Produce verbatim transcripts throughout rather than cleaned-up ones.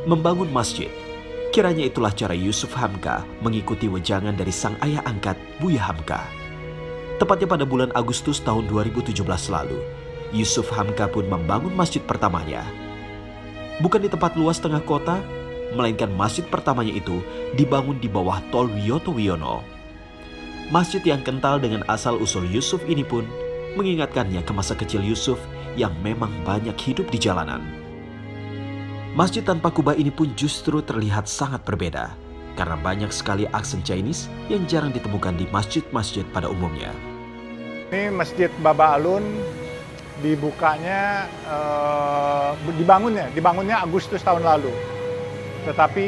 Membangun masjid, kiranya itulah cara Yusuf Hamka mengikuti wejangan dari sang ayah angkat, Buya Hamka. Tepatnya pada bulan Agustus tahun dua ribu tujuh belas lalu, Yusuf Hamka pun membangun masjid pertamanya. Bukan di tempat luas tengah kota, melainkan masjid pertamanya itu dibangun di bawah tol Wiyoto Wiono. Masjid yang kental dengan asal-usul Yusuf ini pun mengingatkannya ke masa kecil Yusuf yang memang banyak hidup di jalanan. Masjid tanpa kubah ini pun justru terlihat sangat berbeda, karena banyak sekali aksen Chinese yang jarang ditemukan di masjid-masjid pada umumnya. Ini Masjid Baba Alun dibukanya, eh, dibangunnya, dibangunnya Agustus tahun lalu. Tetapi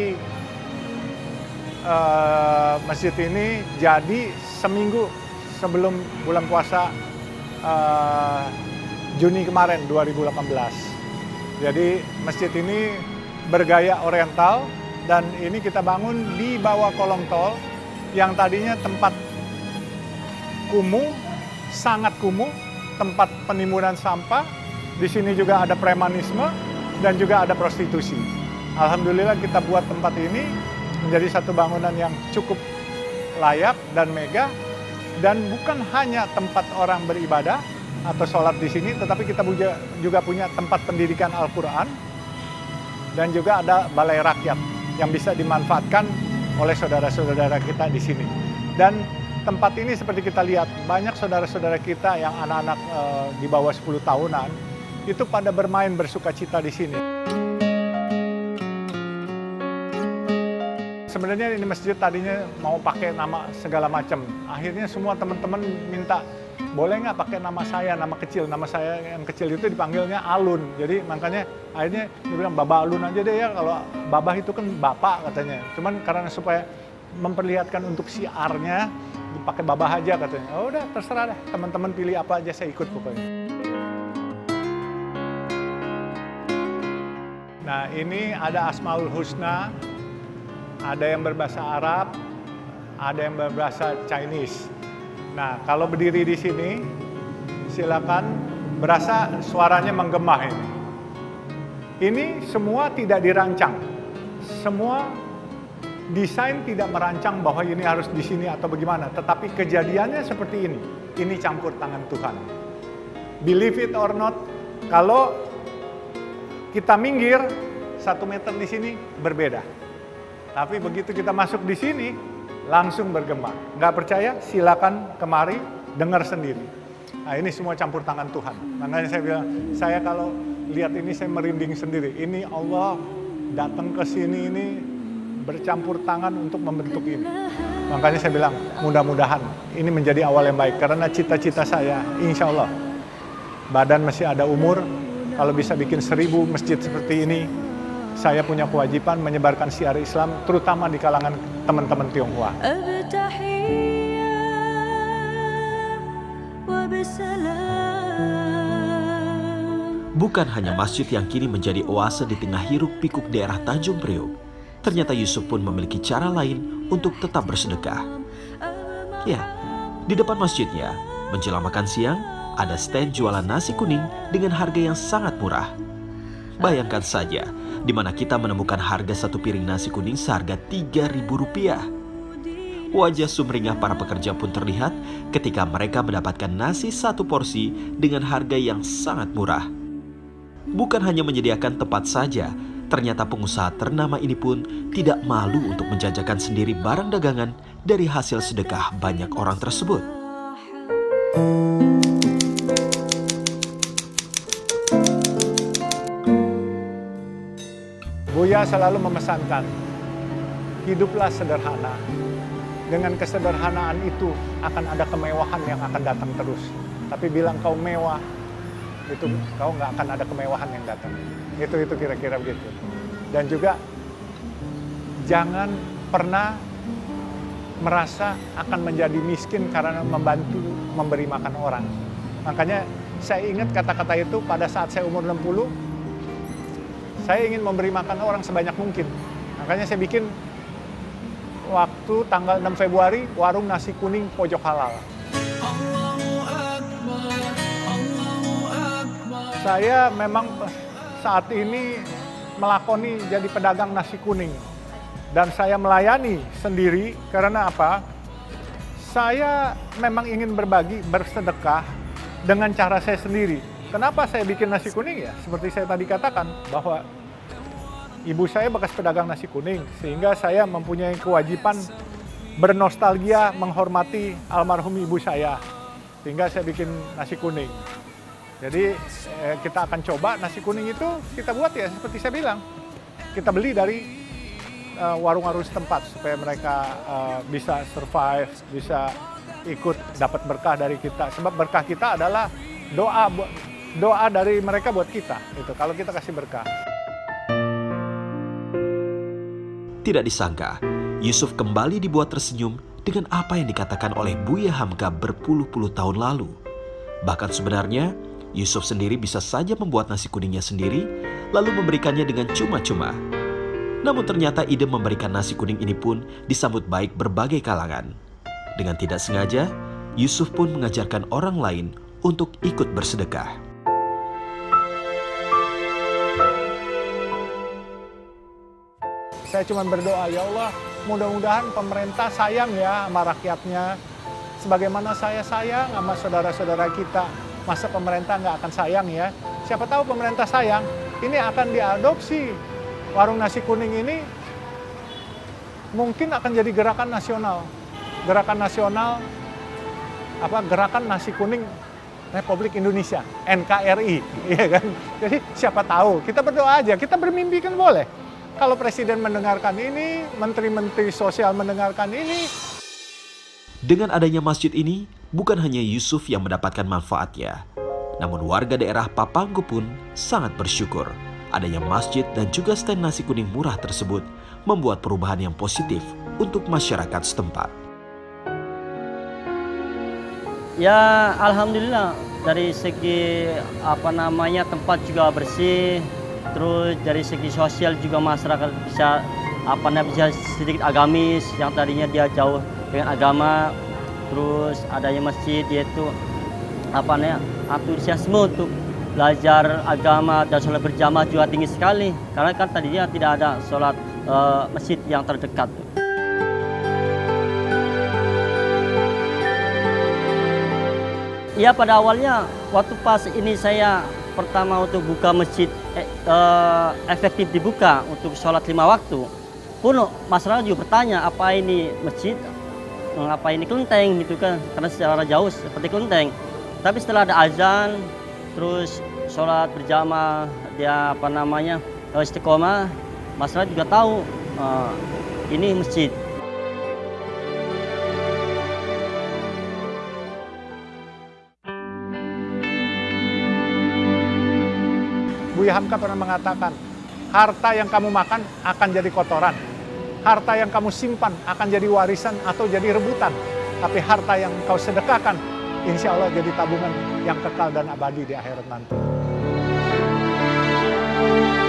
eh, masjid ini jadi seminggu sebelum bulan puasa eh, Juni kemarin dua ribu delapan belas. Jadi masjid ini bergaya oriental dan ini kita bangun di bawah kolong tol yang tadinya tempat kumuh, sangat kumuh, tempat penimbunan sampah. Di sini juga ada premanisme dan juga ada prostitusi. Alhamdulillah kita buat tempat ini menjadi satu bangunan yang cukup layak dan megah, dan bukan hanya tempat orang beribadah atau sholat di sini, tetapi kita juga punya tempat pendidikan Al-Quran dan juga ada balai rakyat yang bisa dimanfaatkan oleh saudara-saudara kita di sini. Dan tempat ini seperti kita lihat, banyak saudara-saudara kita yang anak-anak e, di bawah sepuluh tahunan itu pada bermain bersukacita di sini. Sebenarnya ini masjid tadinya mau pakai nama segala macam. Akhirnya semua teman-teman minta, boleh nggak pakai nama saya, nama kecil. Nama saya yang kecil itu dipanggilnya Alun. Jadi makanya akhirnya dia bilang Baba Alun aja deh ya, kalau Babah itu kan bapak katanya. Cuman karena supaya memperlihatkan untuk siarnya, dipakai Babah aja katanya. Oh udah terserah deh, teman-teman pilih apa aja saya ikut pokoknya. Nah ini ada Asmaul Husna, ada yang berbahasa Arab, ada yang berbahasa Chinese. Nah, kalau berdiri di sini, silakan, berasa suaranya menggema ini. Ini semua tidak dirancang. Semua desain tidak merancang bahwa ini harus di sini atau bagaimana. Tetapi kejadiannya seperti ini. Ini campur tangan Tuhan. Believe it or not, kalau kita minggir, satu meter di sini berbeda. Tapi begitu kita masuk di sini, langsung bergema. Nggak percaya? Silakan kemari, dengar sendiri. Nah ini semua campur tangan Tuhan. Makanya saya bilang, saya kalau lihat ini saya merinding sendiri. Ini Allah datang ke sini ini bercampur tangan untuk membentuk ini. Makanya saya bilang, mudah-mudahan ini menjadi awal yang baik. Karena cita-cita saya, insya Allah, badan masih ada umur, kalau bisa bikin seribu masjid seperti ini, saya punya kewajiban menyebarkan syiar Islam, terutama di kalangan teman-teman Tionghoa. Bukan hanya masjid yang kini menjadi oase di tengah hiruk pikuk daerah Tanjung Priok, ternyata Yusuf pun memiliki cara lain untuk tetap bersedekah. Ya, di depan masjidnya, menjelang makan siang, ada stand jualan nasi kuning dengan harga yang sangat murah. Bayangkan saja, di mana kita menemukan harga satu piring nasi kuning seharga tiga ribu rupiah. Wajah sumringah para pekerja pun terlihat ketika mereka mendapatkan nasi satu porsi dengan harga yang sangat murah. Bukan hanya menyediakan tempat saja, ternyata pengusaha ternama ini pun tidak malu untuk menjajakan sendiri barang dagangan dari hasil sedekah banyak orang tersebut. Buya selalu memesankan, hiduplah sederhana. Dengan kesederhanaan itu akan ada kemewahan yang akan datang terus. Tapi bilang kau mewah, itu kau nggak akan ada kemewahan yang datang. Itu itu kira-kira begitu. Dan juga jangan pernah merasa akan menjadi miskin karena membantu memberi makan orang. Makanya saya ingat kata-kata itu pada saat saya umur enam puluh. Saya ingin memberi makan orang sebanyak mungkin. Makanya saya bikin waktu tanggal enam Februari warung nasi kuning pojok halal. Saya memang saat ini melakoni jadi pedagang nasi kuning. Dan saya melayani sendiri karena apa? Saya memang ingin berbagi, bersedekah dengan cara saya sendiri. Kenapa saya bikin nasi kuning ya? Seperti saya tadi katakan bahwa ibu saya bekas pedagang nasi kuning, sehingga saya mempunyai kewajiban bernostalgia menghormati almarhum ibu saya. Sehingga saya bikin nasi kuning. Jadi eh, kita akan coba nasi kuning itu kita buat ya seperti saya bilang. Kita beli dari warung-warung setempat supaya mereka uh, bisa survive, bisa ikut dapat berkah dari kita. Sebab berkah kita adalah doa doa dari mereka buat kita. Itu kalau kita kasih berkah. Tidak disangka, Yusuf kembali dibuat tersenyum dengan apa yang dikatakan oleh Buya Hamka berpuluh-puluh tahun lalu. Bahkan sebenarnya, Yusuf sendiri bisa saja membuat nasi kuningnya sendiri, lalu memberikannya dengan cuma-cuma. Namun ternyata ide memberikan nasi kuning ini pun disambut baik berbagai kalangan. Dengan tidak sengaja, Yusuf pun mengajarkan orang lain untuk ikut bersedekah. Saya cuma berdoa, ya Allah, mudah-mudahan pemerintah sayang ya sama rakyatnya. Sebagaimana saya sayang sama saudara-saudara kita, masa pemerintah nggak akan sayang ya? Siapa tahu pemerintah sayang, ini akan diadopsi. Warung nasi kuning ini mungkin akan jadi gerakan nasional. Gerakan nasional, apa gerakan nasi kuning Republik Indonesia, N K R I. Iya kan? Jadi siapa tahu, kita berdoa aja, kita bermimpi kan boleh. Kalau presiden mendengarkan ini, menteri-menteri sosial mendengarkan ini. Dengan adanya masjid ini, bukan hanya Yusuf yang mendapatkan manfaatnya, namun warga daerah Papanggo pun sangat bersyukur. Adanya masjid dan juga stand nasi kuning murah tersebut membuat perubahan yang positif untuk masyarakat setempat. Ya, alhamdulillah dari segi apa namanya tempat juga bersih, terus dari segi sosial juga masyarakat bisa apa namanya bisa sedikit agamis yang tadinya dia jauh dengan agama, terus adanya masjid yaitu apa namanya antusiasme untuk belajar agama dan sholat berjamaah juga tinggi sekali karena kan tadinya tidak ada sholat uh, masjid yang terdekat. Ya pada awalnya waktu pas ini saya pertama untuk buka masjid eh, uh, efektif dibuka untuk sholat lima waktu pun masyarakat juga bertanya apa ini masjid, apa ini kelenteng gitu kan karena secara jauh seperti kelenteng. Tapi setelah ada azan terus sholat berjamaah dia apa namanya istiqomah, masyarakat juga tahu uh, ini masjid. Buya Hamka pernah mengatakan, harta yang kamu makan akan jadi kotoran, harta yang kamu simpan akan jadi warisan atau jadi rebutan, tapi harta yang kau sedekahkan insya Allah jadi tabungan yang kekal dan abadi di akhirat nanti.